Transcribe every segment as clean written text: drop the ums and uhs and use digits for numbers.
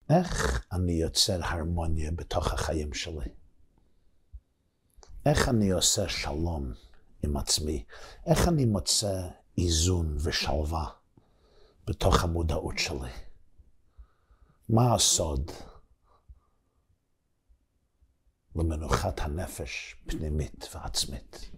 איך אני יוצר הרמוניה בתוך החיים שלי? איך אני עושה שלום עם עצמי? איך אני מוצא איזון ושלווה בתוך המודעות שלי? מה הסוד למנוחת הנפש פנימית ועצמית?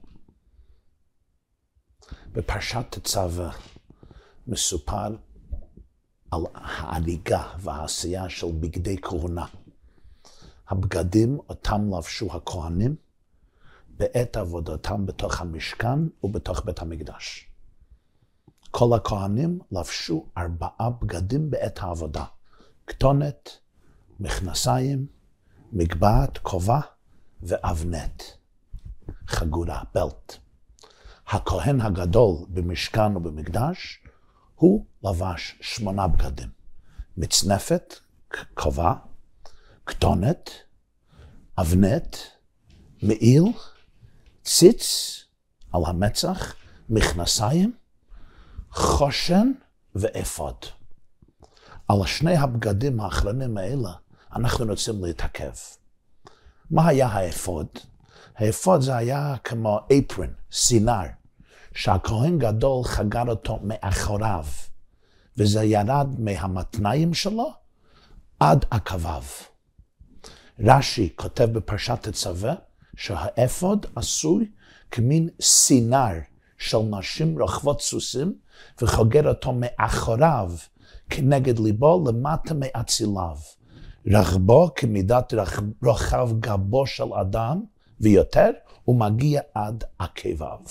בפרשת תצווה מסופר על ההריגה והעשייה של בגדי כהונה. הבגדים אותם לבשו הכהנים בעת עבודתם בתוך המשכן ובתוך בית המקדש. כל הכהנים לבשו 4 בגדים בעת העבודה. כתונת, מכנסיים, מגבעת, כובע ואבנת. חגורה, בלט. הכהן הגדול במשכן ובמקדש, הוא לבש 8 בגדים. מצנפת, כובע, כתונת, אבנת, מעיל, ציץ על המצח, מכנסיים, חושן ואפוד. על 2 הבגדים האחרונים האלה אנחנו רוצים להתעכב. מה היה האפוד? האפוד זה היה כמו אפרון, סינר, שהכהן גדול חגר אותו מאחוריו, וזה ירד מהמתניים שלו עד עקביו. רש"י כותב בפרשת תצווה שהאפוד עשוי כמין סינר של נשים רוכבות סוסים, וחוגר אותו מאחוריו כנגד ליבו למטה מאציליו. רחבו כמידת רוחב גבו של אדם ויותר, הוא מגיע עד עקביו.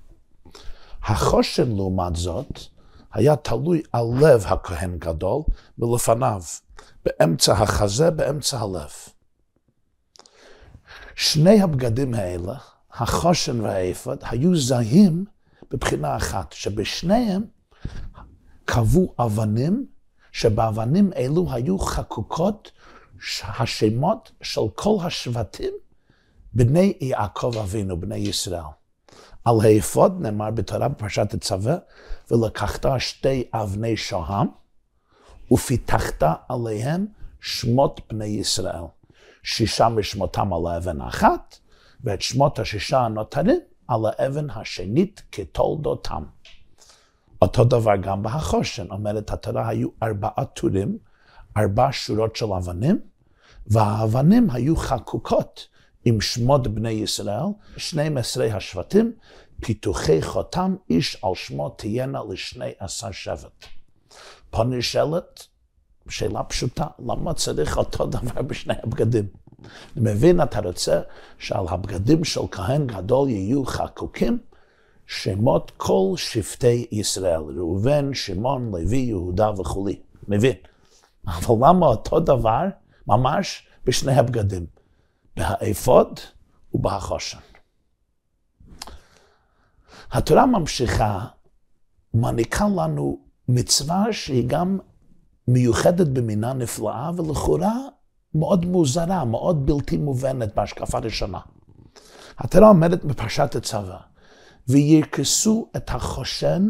החושן לעומת זאת היה תלוי על לב הכהן גדול ולפניו, באמצע החזה, באמצע הלב. 2 הבגדים האלה, החושן והאפוד, היו זהים בבחינה אחת, שבשניהם קבעו אבנים, שבאבנים אלו היו חקוקות השמות של כל השבטים בני יעקב אבינו, בני ישראל. על האפוד נאמר בתורה בפרשת תצווה, ולקחת 2 אבני שוהם, ופיתחת עליהם שמות בני ישראל. 6 משמותם על האבן האחת, ואת שמות 6 הנותרים על האבן השנית כתולדותם. אותו דבר גם בהחושן, אומרת התורה, היו 4 טורים, 4 שורות של אבנים, והאבנים היו חקוקות עם שמות בני ישראל, 12 השבטים, פיתוחי חותם איש על שמו תהיינה ל12 שבט. פה נשאלת שאלה פשוטה, למה צריך אותו דבר בשני הבגדים? אני מבין, אתה רוצה שעל הבגדים של כהן גדול יהיו חקוקים שמות כל שבטי ישראל, ראובן, שמעון, לוי, יהודה וכו'. מבין. אבל למה אותו דבר ממש בשני הבגדים? בהאפוד ובהחושן. התורה ממשיכה, מעניקה לנו מצווה שהיא גם מיוחדת במינה נפלאה, ולכאורה מאוד מוזרה, מאוד בלתי מובנת בהשקפה ראשונה. התורה אומרת בפרשת תצווה, וירכסו את החושן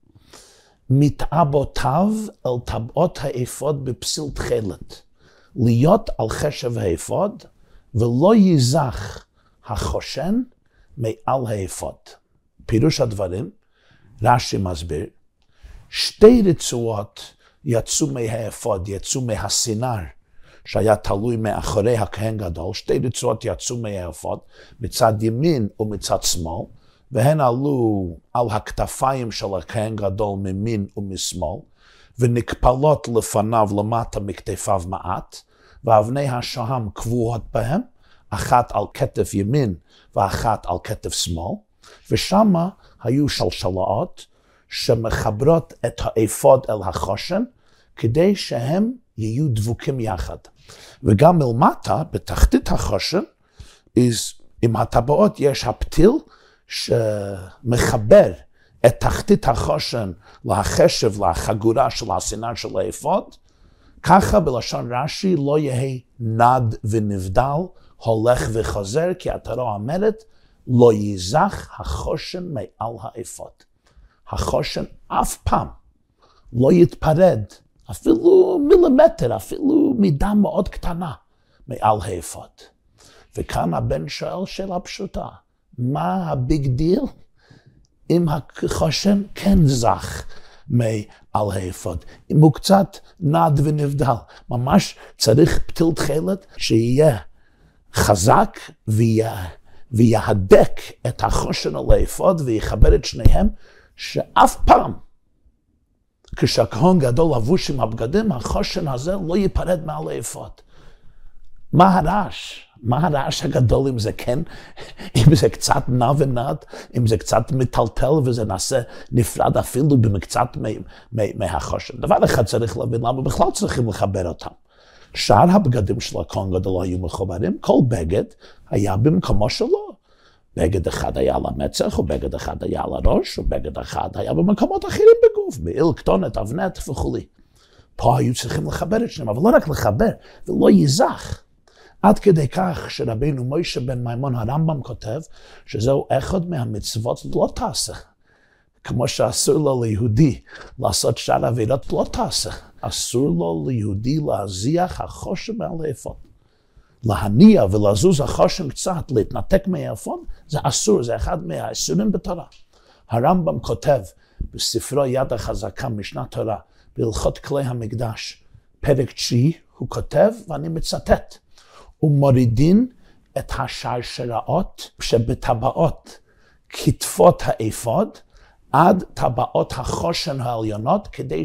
מתאבותיו אל טבעות האפוד בפסיל תכלת, להיות על חשב האפוד, ולא ייזך החושן מעל האפוד. פירוש הדברים, רש"י מסביר, 2 רצועות יצאו מהאפוד, יצאו מהסינר, שהיה תלוי מאחורי הכהן גדול, 2 רצועות יצאו מהאפוד, מצד ימין ומצד שמאל, והן עלו על הכתפיים של הכהן גדול ממין ומשמאל, ונקפלות לפניו למטה מכתפיו מעט, ואבני השוהם קבועות בהם, אחת על כתף ימין ואחת על כתף שמאל, ושמה היו שלשלאות שמחברות את האפוד אל החושן, כדי שהם יהיו דבוקים יחד. וגם מלמטה, בתחתית החושן, עם הטבעות יש הפתיל שמחבר את תחתית החושן לחשב, לחגורה של הסינר של האפוד, ככה בלשון רש"י לא יהיה נד ונבדל, הולך וחוזר, כי התורה אומרת, לא ייזך החושן מעל האפוד. החושן אף פעם לא יתפרד אפילו מילימטר, אפילו מידה מאוד קטנה מעל האפוד. וכאן הבן שואל שאלה פשוטה, מה הביג דיל אם החושן כן זך מעל האפוד? אם הוא קצת נד ונבדל, ממש צריך פתיל תכלת שיהיה חזק ויהדק את החושן על האפוד ויחבר את שניהם, שאף פעם כשהכהן גדול לבוש עם הבגדים, החושן הזה לא ייפרד מעל האפוד. מה הרעש? מה הרעש הגדול אם זה כן, אם זה קצת נע ונד, אם זה קצת מטלטל וזה נעשה נפרד אפילו במקצת מהחושן. דבר אחד צריך להבין למה בכלל צריכים לחבר אותם. שאר הבגדים של הכהן גדול היו מחוברים, כל בגד היה במקומו שלו. בגד אחד היה על המצח, ובגד אחד היה על הראש, ובגד אחד היה במקומות אחרים בגוף, בעיל, כתונת, אבנת וכו'. פה היו צריכים לחבר את שניהם, אבל לא רק לחבר, ולא ייזך. עד כדי כך שרבינו מוישה בן מימון הרמב"ם כותב, שזהו אחד מהמצוות לא תעשה. כמו שאסור לו ליהודי לעשות שאר עבירות לא תעשה. אסור לו ליהודי להזיח החושן מעל האפוד. להניע ולזוז החושן קצת, להתנתק מהאפוד, זה אסור, זה אחד מהאיסורים בתורה. הרמב"ם כותב בספרו יד החזקה משנת תורה, בהלכות כלי המקדש, פרק 9, הוא כותב, ואני מצטט, ומורידין את השרשראות שבטבעות כתפות האפוד, עד טבעות החושן העליונות, כדי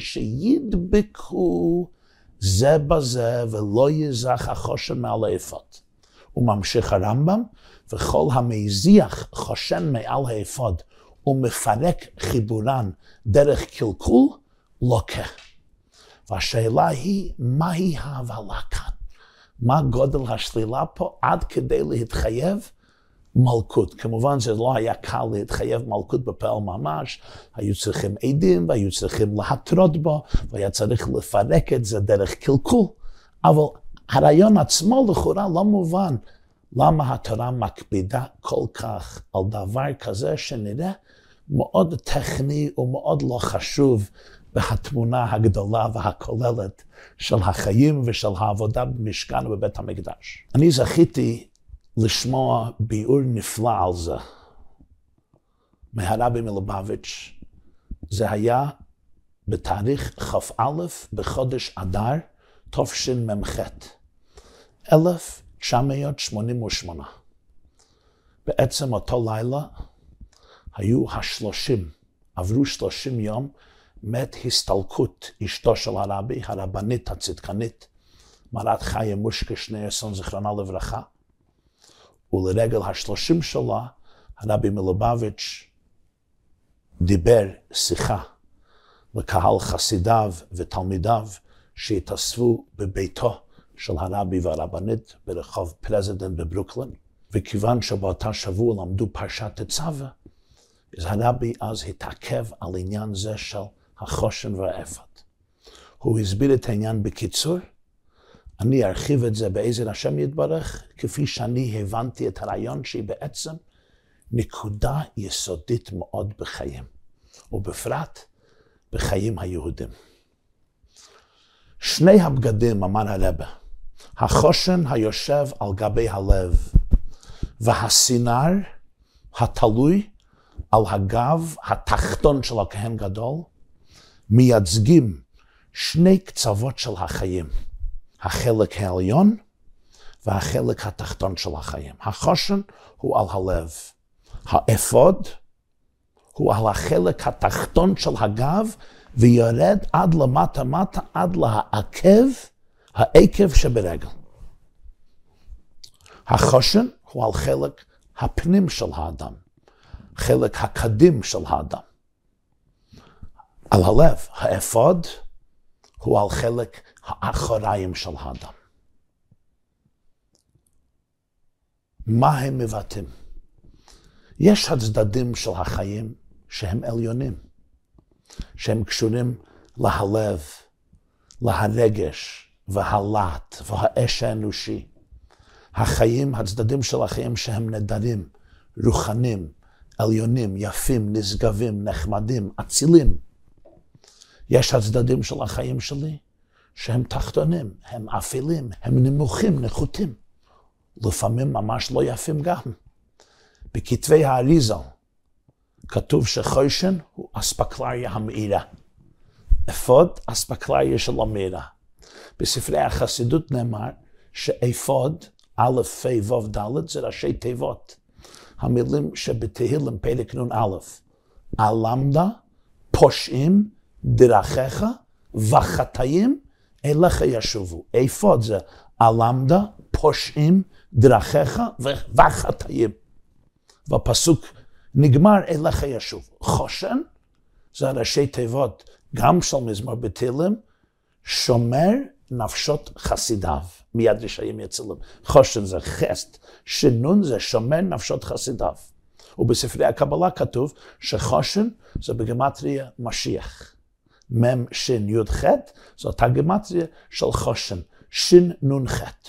שידבקו זה בזה ולא יזך החושן מעל האפוד. הוא ממשיך הרמב"ם, וכל המזיח חושן מעל האפוד ומפרק חיבורן דרך קלקול, לוקה. והשאלה היא, מהי ההבלה כאן? מה גודל השלילה פה עד כדי להתחייב מלכות? כמובן זה לא היה קל להתחייב מלכות בפועל ממש, היו צריכים עדים והיו צריכים להתרות בו, והיה צריך לפרק את זה דרך קלקול, אבל הרעיון עצמו לכאורה לא מובן, למה התורה מקפידה כל כך על דבר כזה שנראה מאוד טכני ומאוד לא חשוב בהתמונה הגדולה והכוללת של החיים ושל העבודה במשכן ובבית המקדש. אני זכיתי לשמוע ביאור נפלא על זה מהרבי מלובביץ'. זה היה בתאריך כ"א בחודש אדר תשמ"ח, 1988. בעצם אותו לילה עברו 30 יום מת הסתלקות אשתו של הרבי, הרבנית הצדקנית, מרת חיים מושקה שניאורסון זיכרונה לברכה, ולרגל ה30 שלה, הרבי מלובביץ' דיבר שיחה לקהל חסידיו ותלמידיו שהתאספו בביתו של הרבי והרבנית ברחוב פרזידנט בברוקלין, וכיוון שבאותה שבוע למדו פרשת תצווה, אז הרבי אז התעכב על עניין זה של החושן והאפוד. הוא הסביר את העניין בקיצור, אני ארחיב את זה בעזר השם יתברך, כפי שאני הבנתי את הרעיון שהיא בעצם נקודה יסודית מאוד בחיים, ובפרט בחיים היהודים. שני הבגדים, אמר הרבי, החושן היושב על גבי הלב, והסינר התלוי על הגב התחתון של הכהן גדול, מייצגים שני קצוות של החיים, החלק העליון והחלק התחתון של החיים. החושן הוא על הלב, האפוד הוא על החלק התחתון של הגב, ויורד עד למטה מטה, עד העקב שברגל. החושן הוא על חלק הפנים של האדם, חלק הקדים של האדם. על הלב, האפוד הוא על חלק האחוריים של האדם. מה הם מבטאים? יש הצדדים של החיים שהם עליונים, שהם קשורים להלב, להרגש והלהט והאש האנושי. החיים, הצדדים של החיים שהם נדרים, רוחנים, עליונים, יפים, נשגבים, נחמדים, אצילים. יש הצדדים של החיים שלי שהם תחתונים, הם אפלים, הם נמוכים, נחותים. לפעמים ממש לא יפים גם. בכתבי האריזל כתוב שחושן הוא אספקלריה המאירה. אפוד, אספקלריה של המאירה. בספרי החסידות נאמר שאפוד, א', פ', ו', ד', זה ראשי תיבות. המילים שבתהילים פרק נ"א. הלמדה, פושעים, דרכיך, וחטאים, אליך ישובו. אפוד זה הלמדה, פושעים, דרכיך, וחטאים. והפסוק נגמר אליך ישובו. חושן, זה ראשי תיבות, גם של מזמור בתהילים, שומר נפשות חסידיו. מיד רשעים יצילם. חושן זה חסד, שנון זה שומר נפשות חסידיו. ובספרי הקבלה כתוב שחושן זה בגימטריה משיח. מם שין יוד חט, זו אותה גימטריה של חושן, שין נון חט.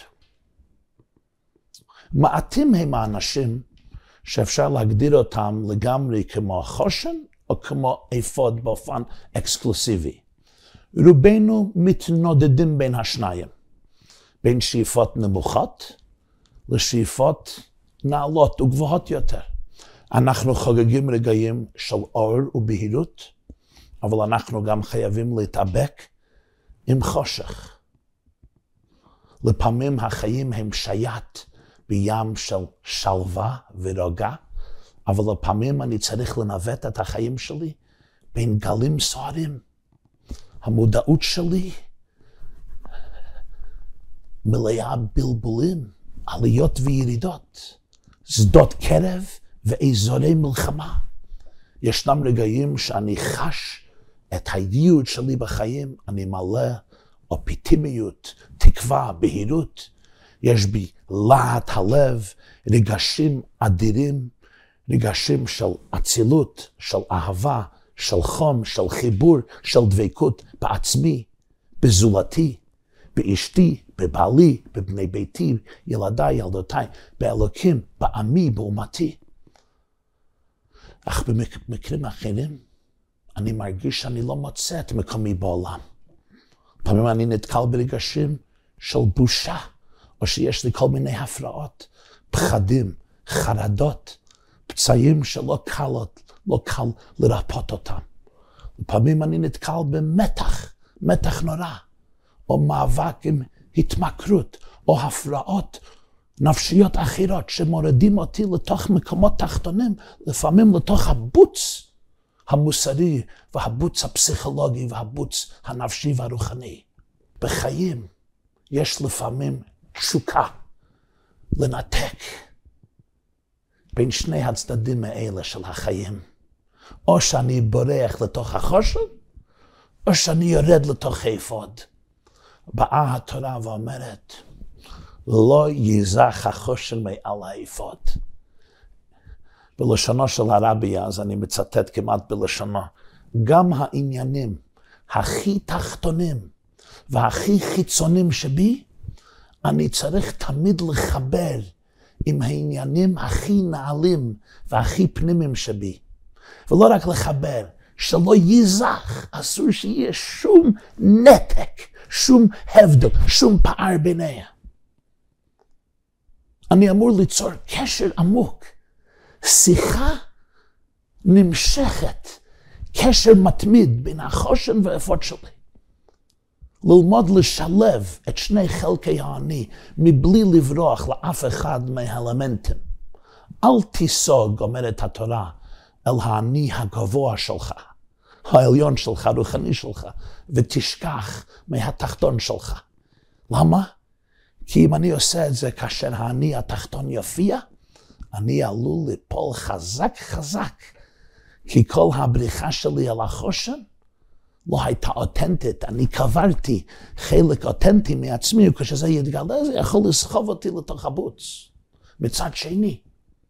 מעטים הם האנשים שאפשר להגדיר אותם לגמרי כמו חושן או כמו אפוד באופן אקסקלוסיבי. רובנו מתנודדים בין השניים, בין שאיפות נמוכות לשאיפות נעלות וגבוהות יותר. אנחנו חוגגים רגעים של אור ובהירות, אבל אנחנו גם חייבים להתאבק עם חושך. לפעמים החיים הם שייט בים של שלווה ורוגע, אבל לפעמים אני צריך לנווט את החיים שלי בין גלים סוערים. המודעות שלי מלאה בלבולים, עליות וירידות, שדות קרב ואזורי מלחמה. ישנם רגעים שאני חש את הייעוד שלי בחיים, אני מלא אופטימיות, תקווה, בהירות. יש בי להט הלב, רגשים אדירים, רגשים של אצילות, של אהבה, של חום, של חיבור, של דבקות בעצמי, בזולתי, באשתי, בבעלי, בבני ביתי, ילדיי, ילדותיי, באלוקים, בעמי, באומתי. אך במקרים אחרים, אני מרגיש שאני לא מוצא את מקומי בעולם. פעמים אני נתקל ברגשים של בושה, או שיש לי כל מיני הפרעות, פחדים, חרדות, פצעים שלא קל לרפות אותם. לפעמים אני נתקל במתח, מתח נורא, או מאבק עם התמכרות, או הפרעות נפשיות אחרות שמורדים אותי לתוך מקומות תחתונים, לפעמים לתוך הבוץ המוסרי והבוץ הפסיכולוגי והבוץ הנפשי והרוחני. בחיים יש לפעמים תשוקה לנתק בין שני הצדדים האלה של החיים. או שאני בורח לתוך החושן, או שאני יורד לתוך האפוד. באה התורה ואומרת, לא ייזך החושן מעל האפוד. בלשונו של הרבי, אז אני מצטט כמעט בלשונו, גם העניינים הכי תחתונים והכי חיצונים שבי, אני צריך תמיד לחבר עם העניינים הכי נעלים והכי פנימיים שבי. ולא רק לחבר, שלא ייזך, אסור שיהיה שום נתק, שום הבדל, שום פער ביניהם. אני אמור ליצור קשר עמוק, שיחה נמשכת, קשר מתמיד בין החושן והאפוד שלי. ללמוד לשלב את שני חלקי האני, מבלי לברוח לאף אחד מהאלמנטים. אל תיסוג, אומרת התורה, אל האני הגבוה שלך, העליון שלך, הרוחני שלך, ותשכח מהתחתון שלך. למה? כי אם אני עושה את זה כאשר האני התחתון יופיע, אני עלול ליפול חזק חזק, כי כל הבריחה שלי על החושן לא הייתה אותנטית. אני קברתי חלק אותנטי מעצמי, וכשזה יתגלה זה יכול לסחוב אותי לתוך הבוץ. מצד שני,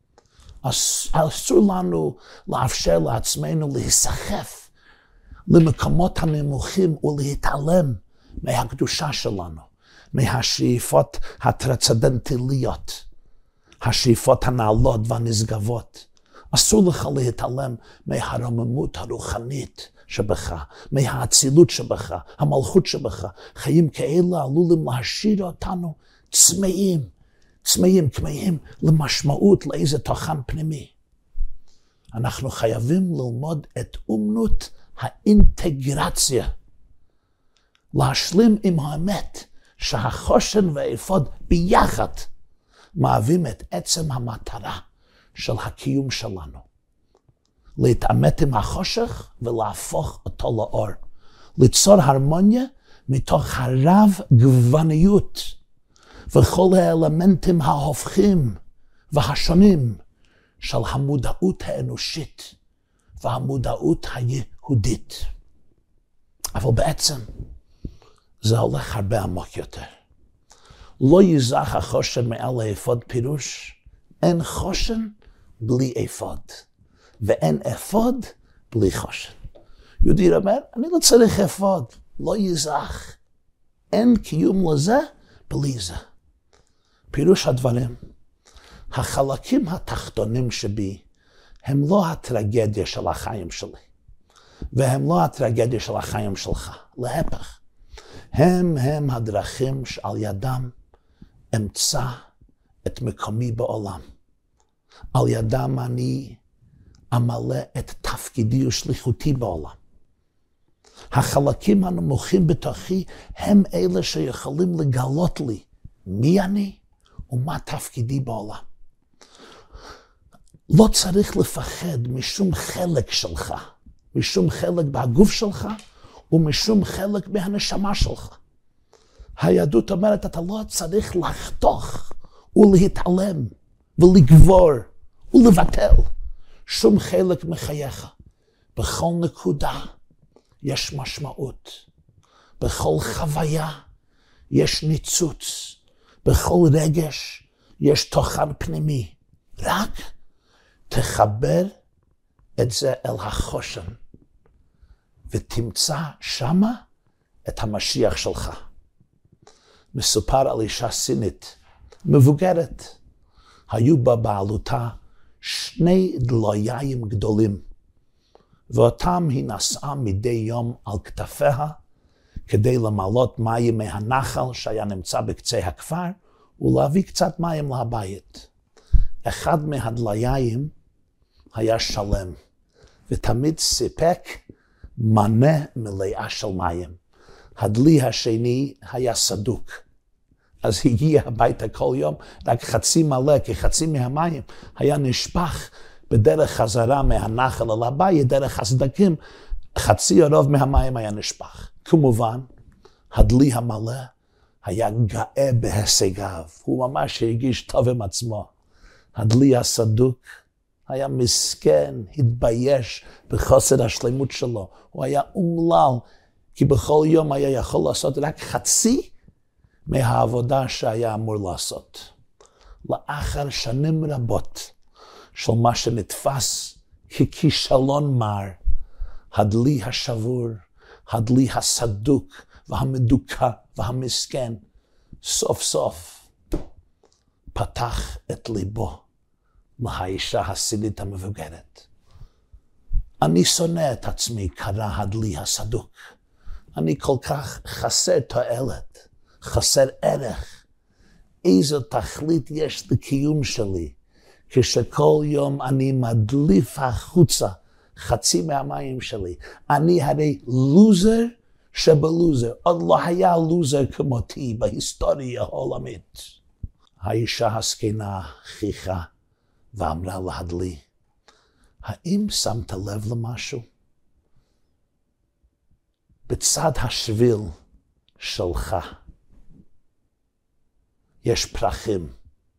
אסור לנו לאפשר לעצמנו להיסחף למקומות הנמוכים ולהתעלם מהקדושה שלנו, מהשאיפות הטרנסצנדנטליות, השאיפות הנעלות והנשגבות. אסור לך להתעלם מהרוממות הרוחנית שבך, מהאצילות שבך, המלכות שבך. חיים כאלה עלולים להשאיר אותנו צמאים למשמעות, לאיזה תוכן פנימי. אנחנו חייבים ללמוד את אומנות האינטגרציה, להשלים עם האמת שהחושן והאפוד ביחד מהווים את עצם המטרה של הקיום שלנו. להתעמת עם החושך ולהפוך אותו לאור. ליצור הרמוניה מתוך הרב גווניות וכל האלמנטים ההופכים והשונים של המודעות האנושית והמודעות היהודית. אבל בעצם זה הולך הרבה עמוק יותר. לא יזך החושן מעל האפוד פירוש, אין חושן בלי אפוד, ואין אפוד בלי חושן. יהודי אומר, אני לא צריך אפוד, לא יזך. אין קיום לזה בלי זה. פירוש הדברים, החלקים התחתונים שבי הם לא הטרגדיה של החיים שלי, והם לא הטרגדיה של החיים שלך. להפך, הם הדרכים שעל ידם אמצא את מקומי בעולם. על ידם אני אמלא את תפקידי ושליחותי בעולם. החלקים הנמוכים בתוכי הם אלה שיכולים לגלות לי מי אני ומה תפקידי בעולם. לא צריך לפחד משום חלק שלך, משום חלק בגוף שלך ומשום חלק מהנשמה שלך. היהדות אומרת, אתה לא צריך לחתוך ולהתעלם ולגבור ולבטל שום חלק מחייך. בכל נקודה יש משמעות. בכל חוויה יש ניצוץ. בכל רגש יש תוכן פנימי. רק תחבר את זה אל החושן ותמצא שמה את המשיח שלך. מסופר על אישה סינית, מבוגרת. היו בה בעלותה 2 דלויים גדולים, ואותם היא נשאה מדי יום על כתפיה, כדי למלות מים מהנחל שהיה נמצא בקצה הכפר, ולהביא קצת מים לבית. אחד מהדליים היה שלם, ותמיד סיפק מנה מלאה של מים. הדלי השני היה סדוק. אז הגיע הביתה כל יום, רק חצי מלא, כי חצי מהמים היה נשפך בדרך חזרה מהנחל אל הבית, דרך הסדקים, חצי הרוב מהמים היה נשפך. כמובן, הדלי המלא היה גאה בהישגיו, הוא ממש הרגיש טוב עם עצמו. הדלי הסדוק היה מסכן, התבייש בחוסר השלמות שלו, הוא היה אומלל, כי בכל יום היה יכול לעשות רק חצי מהעבודה שהיה אמור לעשות. לאחר שנים רבות של מה שנתפס ככישלון מר, הדלי השבור, הדלי הסדוק והמדוכא והמסכן, סוף סוף פתח את ליבו לאישה הסינית המבוגרת. אני שונא את עצמי, קרא הדלי הסדוק. אני כל כך חסר תועלת, חסר ערך. איזו תכלית יש לקיום שלי, כשכל יום אני מדליף החוצה חצי מהמים שלי. אני הרי לוזר שבלוזר. עוד לא היה לוזר כמותי בהיסטוריה העולמית. האישה הזקנה חיכה ואמרה להדלי, האם שמת לב למשהו? בצד השביל שלך יש פרחים,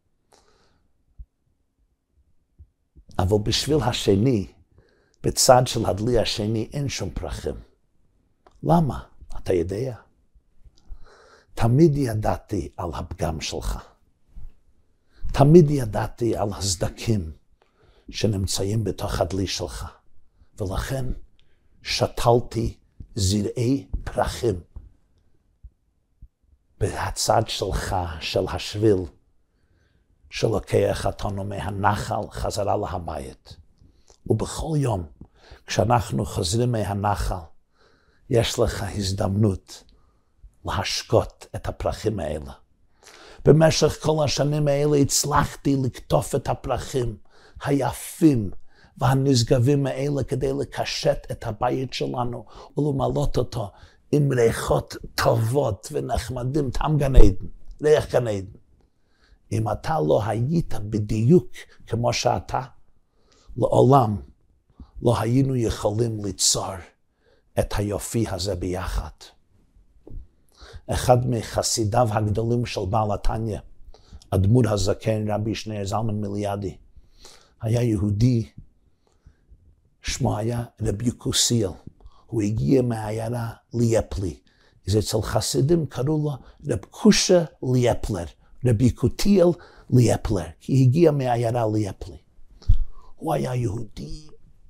אבל בשביל השני, בצד של הדלי השני, אין שום פרחים. למה? אתה יודע? תמיד ידעתי על הפגם שלך. תמיד ידעתי על הסדקים שנמצאים בתוך הדלי שלך, ולכן שתלתי זרעי פרחים בצד שלך של השביל שלוקח אותנו מהנחל חזרה להבית. ובכל יום כשאנחנו חוזרים מהנחל, יש לך הזדמנות להשקות את הפרחים האלה. במשך כל השנים האלה הצלחתי לקטוף את הפרחים היפים והנשגבים האלה כדי לקשט את הבית שלנו ולמלות אותו עם ריחות טובות ונחמדים, טעם גן עדן, ריח גן עדן. אם אתה לא היית בדיוק כמו שאתה, לעולם לא היינו יכולים ליצור את היופי הזה ביחד. אחד מחסידיו הגדולים של בעל התניא, אדמו"ר הזקן רבי שניאור זלמן מיליאדי, היה יהודי, שמו היה רבי יקוסיאל. הוא הגיע מהעיירה ליפלי. אז אצל חסידים קראו לו רב קושה ליפלר, רבי יקותיאל ליפלר, כי הגיע מהעיירה ליפלי. הוא היה יהודי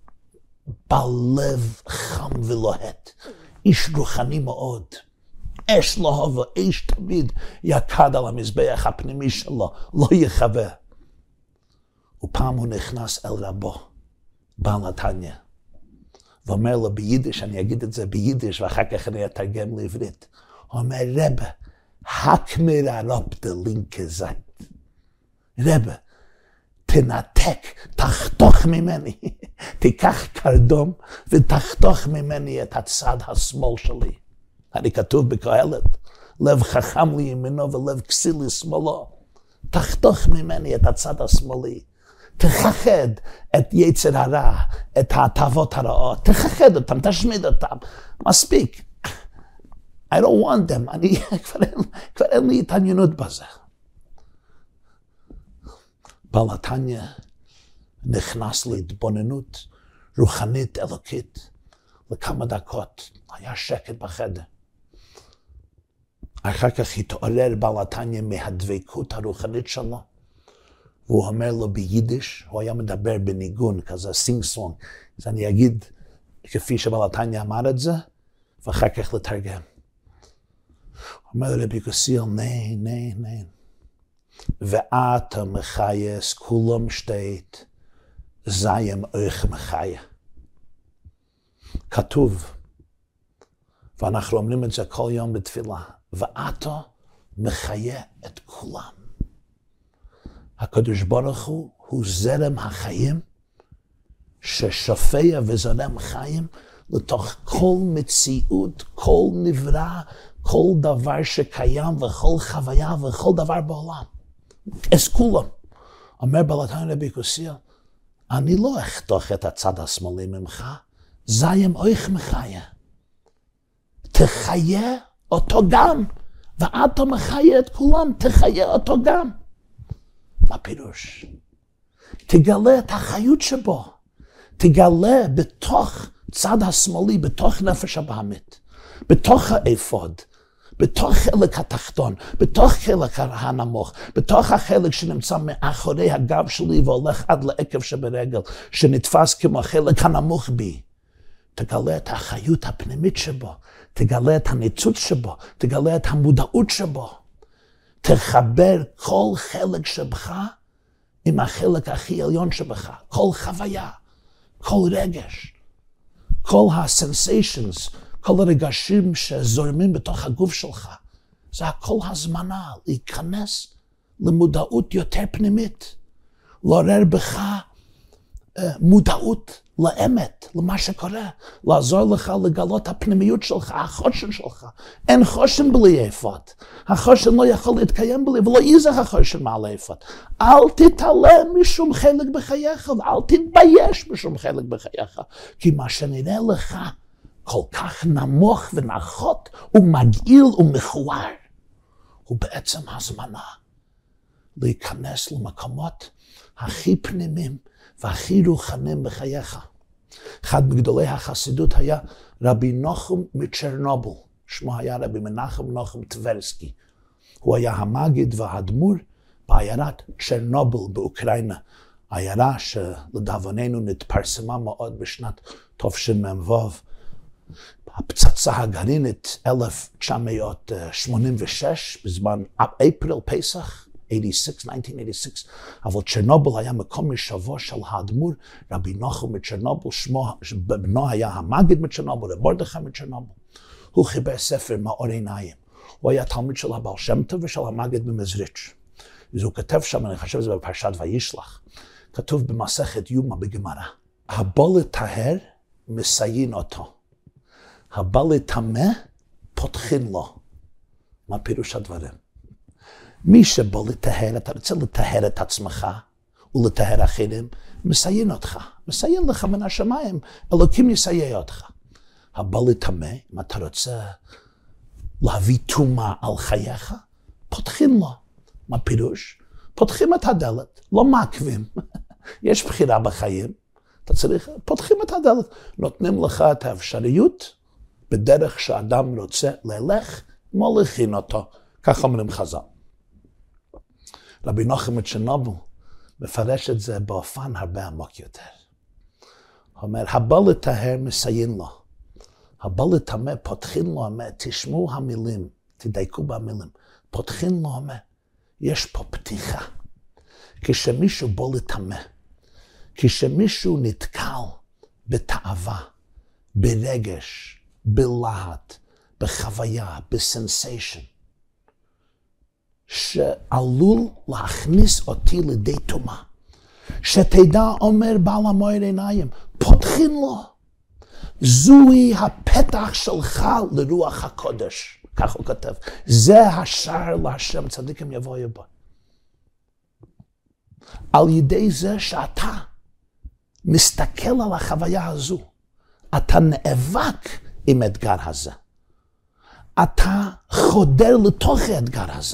בלב חם ולוהט, איש רוחני מאוד. אש לא הובו, אש תמיד יקד על המזבח הפנימי שלו, לא יכבה. ופעם הוא נכנס אל רבו, בעל התניא, ואומר לו ביידיש, אני אגיד את זה ביידיש, ואחר כך אני אתרגם לעברית. הוא אומר, רבא, הקמיר הרב דה לינקה זית. רבא, תנתק, תחתוך ממני, תיקח קרדום ותחתוך ממני את הצד השמאל שלי. הרי כתוב בקהלת, לב חכם לימינו ולב כסיל לשמאלו. תחתוך ממני את הצד השמאלי. תכחד את יצר הרע, את התאוות הרעות. תכחד אותם, תשמיד אותם. מספיק. I don't want them. אני כבר אין לי התעניינות בזה. בעל התניא נכנס להתבוננות רוחנית אלוקית לכמה דקות. היה שקט בחדר. אחר כך התעורר בעל התניא מהדבקות הרוחנית שלו, והוא אומר לו ביידיש, הוא היה מדבר בניגון, כזה סינג סונג, אז אני אגיד כפי שבעל התניא אמר את זה, ואחר כך לתרגם. הוא אומר לרבי יקוסיאל, ניי, ואתה מחייס, כולם שטייט, זיים איך מחיה. כתוב, ואנחנו אומרים את זה כל יום בתפילה, ואתה מחיה את כולם. הקדוש ברוך הוא זרם החיים, ששופע וזרם חיים לתוך כל מציאות, כל נברא, כל דבר שקיים וכל חוויה וכל דבר בעולם. אז כולם. אומר בעל התניא רבי יקוסיאל, אני לא אחתוך את הצד השמאלי ממך, זיים איך מחיה. תחיה אותו גם, ואתה מחיה את כולם, תחיה אותו גם. מה פירוש? תגלה את החיות שבו, תגלה בתוך צד השמאלי, בתוך נפש הבהמית, בתוך האפוד, בתוך חלק התחתון, בתוך חלק הנמוך, בתוך החלק שנמצא מאחורי הגב שלי והולך עד לעקב שברגל, שנתפס כמו החלק הנמוך בי. תגלה את החיות הפנימית שבו, תגלה את הניצוץ שבו, תגלה את המודעות שבו. תחבר כל חלק שבך עם החלק הכי עליון שבך, כל חוויה, כל רגש, כל הסנסיישנס, כל הרגשים שזורמים בתוך הגוף שלך. זה הכל הזמנה להיכנס למודעות יותר פנימית, לעורר בך מודעות לאמת, למה שקורה, לעזור לך לגלות הפנימיות שלך, החושן שלך. אין חושן בלי אפוד. החושן לא יכול להתקיים בלי, ולא יזך החושן מעל אפוד. אל תתעלם משום חלק בחייך, ואל תתבייש משום חלק בחייך, כי מה שנראה לך כל כך נמוך ונחות ומגעיל ומכוער, הוא בעצם הזמנה להיכנס למקומות הכי פנימיים והכי רוחניים בחייך. אחד מגדולי החסידות היה רבי נחום מצ'רנוביל, שמו היה רבי מנחם נחום טברסקי. הוא היה המגיד והאדמו"ר בעיירת צ'רנוביל באוקראינה, עיירה שלדאבוננו נתפרסמה מאוד בשנת תשמ"ו. הפצצה הגרעינית 1986, בזמן אפריל פסח, 1986, אבל צ'רנוביל היה מקום משבו של האדמו"ר רבי נחום מצ'רנוביל, בנו היה המגיד מצ'רנוביל, רב מרדכי מצ'רנוביל. הוא חיבר ספר מאור עיניים. הוא היה תלמיד של הבעל שם טוב ושל המגיד ממזריץ'. אז הוא כתב שם, אני חושב שזה בפרשת וישלח, כתוב במסכת יומא בגמרא, הבא לטהר מסיין אותו, הבא לטמא פותחין לו. מה פירוש הדברים? מי שבא לטהר, אתה רוצה לטהר את עצמך ולטהר אחרים, מסיין אותך, מסיין לך מן השמיים, אלוקים יסייע אותך. הבא לטמא, אם אתה רוצה להביא טומאה על חייך, פותחין לו. מה פירוש? פותחים את הדלת, לא מעכבים. יש בחירה בחיים, אתה צריך, פותחים את הדלת, נותנים לך את האפשריות, בדרך שאדם רוצה ללך, מוליכים אותו. כך אומרים חז"ל. רבי נחום מצ'רנוביל מפרש את זה באופן הרבה עמוק יותר. הוא אומר, הבא לטהר מסיין לו, הבא לטמא פותחין לו, אומר, תשמעו המילים, תדייקו במילים, פותחין לו, אומר, יש פה פתיחה. כשמישהו בא לטמא, כשמישהו נתקל בתאווה, ברגש, בלהט, בחוויה, בסנסיישן, שעלול להכניס אותי לידי טומאה. שתדע, אומר בעל המאור עיניים, פותחין לו. זוהי הפתח שלך לרוח הקודש. כך הוא כתב. זה השער להשם, צדיקים יבואו בו. על ידי זה שאתה מסתכל על החוויה הזו, אתה נאבק עם האתגר הזה. אתה חודר לתוך האתגר הזה.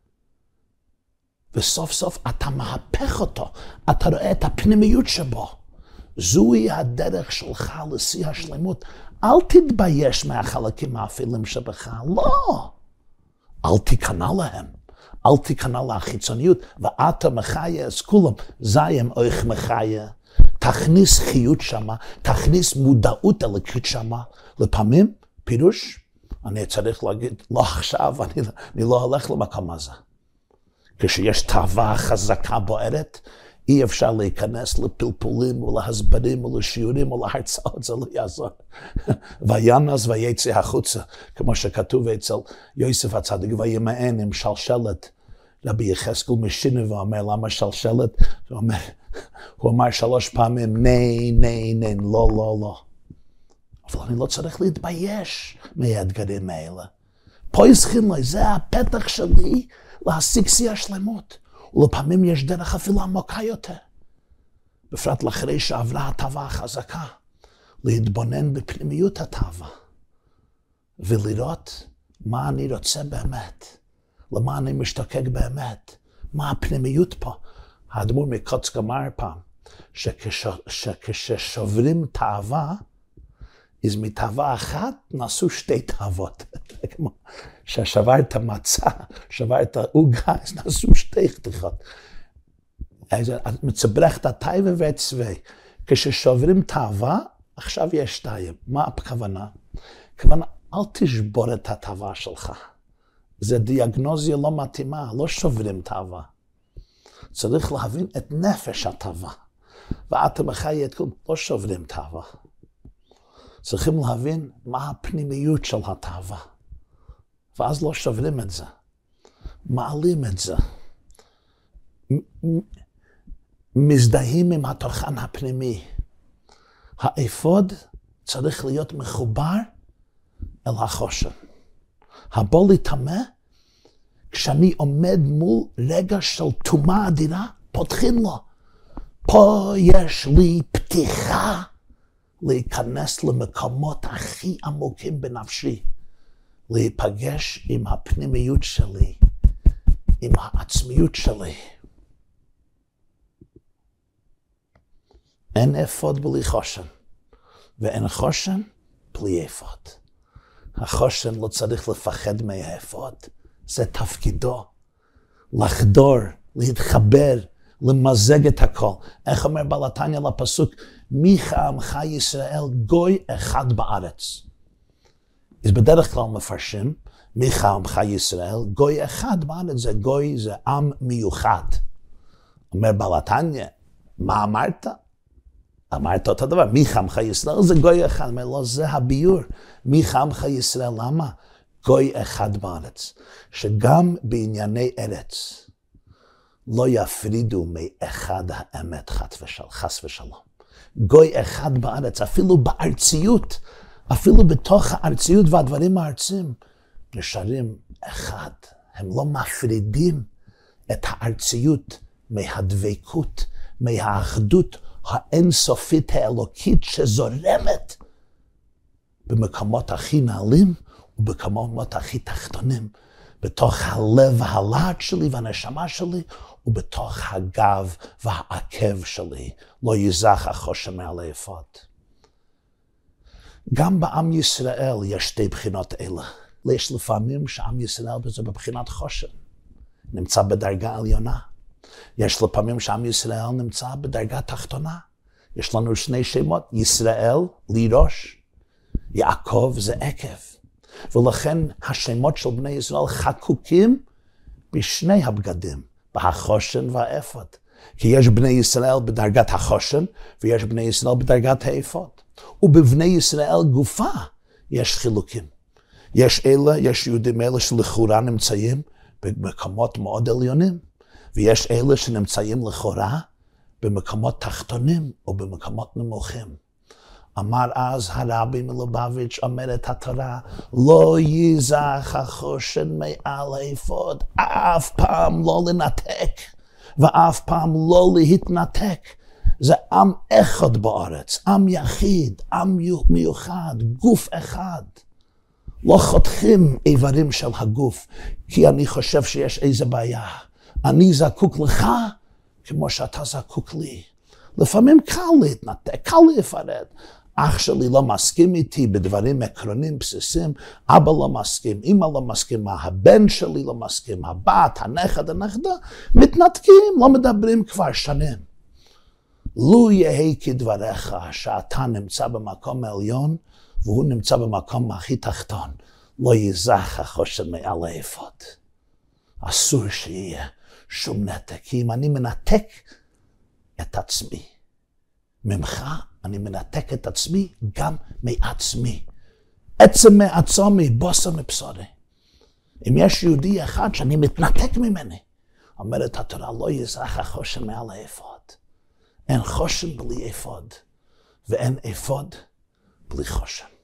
וסוף סוף אתה מהפך אותו. אתה רואה את הפנימיות שבו. זוהי הדרך שלך לשיא השלמות. אל תתבייש מהחלקים האפלים שבך. לא. אל תיכנע להם. אל תיכנע לחיצוניות. ואתה מחיה אז כולם. זיים אויך מחיה. תכניס חיות שמה. תכניס מודעות אלוקית שמה. לפעמים, פירוש, אני צריך להגיד, לא עכשיו, אני לא הולך למקום הזה. כשיש תאווה חזקה בוערת, אי אפשר להיכנס לפלפולים ולהסברים ולשיעורים ולהרצאות, זה לא יעזור. וינס ויצא החוצה, כמו שכתוב אצל יוסף הצדיק, וימאן עם שלשלת. רבי יחזקאל משינה ואומר, למה שלשלת? הוא אמר 3 פעמים, ני, לא, לא, לא. אבל אני לא צריך להתבייש מהאתגרים האלה. פה יזכין לי, זה הפתח שלי להשיג שיא השלמות. ולפעמים יש דרך אפילו עמוקה יותר. בפרט לאחרי שעברה התאווה החזקה. להתבונן בפנימיות התאווה. ולראות מה אני רוצה באמת. למה אני משתוקק באמת. מה הפנימיות פה. האדמו"ר מקוצק אמר פעם, שכששוברים תאווה, אז מתאווה אחת נעשו 2 תאוות. כמו ששברת מצה, שברת העוגה, אז נעשו 2 חתיכות. אז מצברך את הטייבה ואת צווי. כששוברים תאווה, עכשיו יש 2. מה הכוונה? הכוונה, אל תשבור את התאווה שלך. זה דיאגנוזיה לא מתאימה, לא שוברים תאווה. צריך להבין את נפש התאווה. ואתה מחיה את כולם, לא שוברים תאווה. צריכים להבין מה הפנימיות של התאווה. ואז לא שוברים את זה. מעלים את זה. מזדהים עם התוכן הפנימי. האפוד צריך להיות מחובר אל החושן. הבא לטמא, כשאני עומד מול רגע של טומאה אדירה, פותחים לו. פה יש לי פתיחה להיכנס למקומות הכי עמוקים בנפשי. להיפגש עם הפנימיות שלי, עם העצמיות שלי. אין אפוד בלי חושן, ואין חושן בלי אפוד. החושן לא צריך לפחד מהאפוד, זה תפקידו. לחדור, להתחבר, למזג את הכל. איך אומר בעל התניא לפסוק, מי כעמך ישראל גוי אחד בארץ. אז בדרך כלל מפרשים, מיך עמך ישראל, גוי אחד בארץ, זה גוי, זה עם מיוחד. אומר בעל התניא, מה אמרת? אמרת אותו דבר, מיך עמך ישראל זה גוי אחד. אומר לו, זה הביור. מיך עמך ישראל, למה? גוי אחד בארץ. שגם בענייני ארץ לא יפרידו מאחד האמת חס ושלום. גוי אחד בארץ, אפילו בארציות, אפילו בתוך הארציות והדברים הארציים, נשארים אחד. הם לא מפרידים את הארציות מהדבקות, מהאחדות האינסופית האלוקית שזורמת במקומות הכי נעלים ובמקומות הכי תחתונים, בתוך הלב והלהט שלי והנשמה שלי ובתוך הגב והעקב שלי. לא יזך החושן מעל האפוד. גם בעם ישראל יש שתי בחינות אלה. יש לפעמים שעם ישראל זה בבחינת חושן, נמצא בדרגה עליונה. יש לפעמים שעם ישראל נמצא בדרגה תחתונה. יש לנו שני שמות, ישראל לירוש, יעקב זה עקב. ולכן השמות של בני ישראל חקוקים בשני הבגדים, בהחושן והאפוד. כי יש בני ישראל בדרגת החושן, ויש בני ישראל בדרגת האפוד. ובבני ישראל גופה יש חילוקים. יש יהודים אלה שלכאורה נמצאים במקומות מאוד עליונים, ויש אלה שנמצאים לכאורה במקומות תחתונים או במקומות נמוכים. אמר אז הרבי מלובביץ', אומרת התורה, לא יזך החושן מעל האפוד, אף פעם לא לנתק, ואף פעם לא להתנתק. זה עם אחד בארץ, עם יחיד, עם מיוחד, גוף אחד. לא חותכים איברים של הגוף, כי אני חושב שיש איזה בעיה. אני זקוק לך כמו שאתה זקוק לי. לפעמים קל להתנתק, קל להפרד. אח שלי לא מסכים איתי בדברים עקרוניים בסיסיים, אבא לא מסכים, אמא לא מסכימה, הבן שלי לא מסכים, הבת, הנכד, הנכדה, מתנתקים, לא מדברים כבר שנים. לו יהי כדבריך שאתה נמצא במקום העליון, והוא נמצא במקום הכי תחתון, לא יזך החושן מעל האפוד. אסור שיהיה שום נתק, כי אם אני מנתק את עצמי ממך, אני מנתק את עצמי גם מעצמי. עצם מעצמי, בוסר מבשורי. אם יש יהודי אחד שאני מתנתק ממני, אומרת התורה, לא יזך החושן מעל האפוד. אין חושן בלי אפוד, ואין אפוד בלי חושן.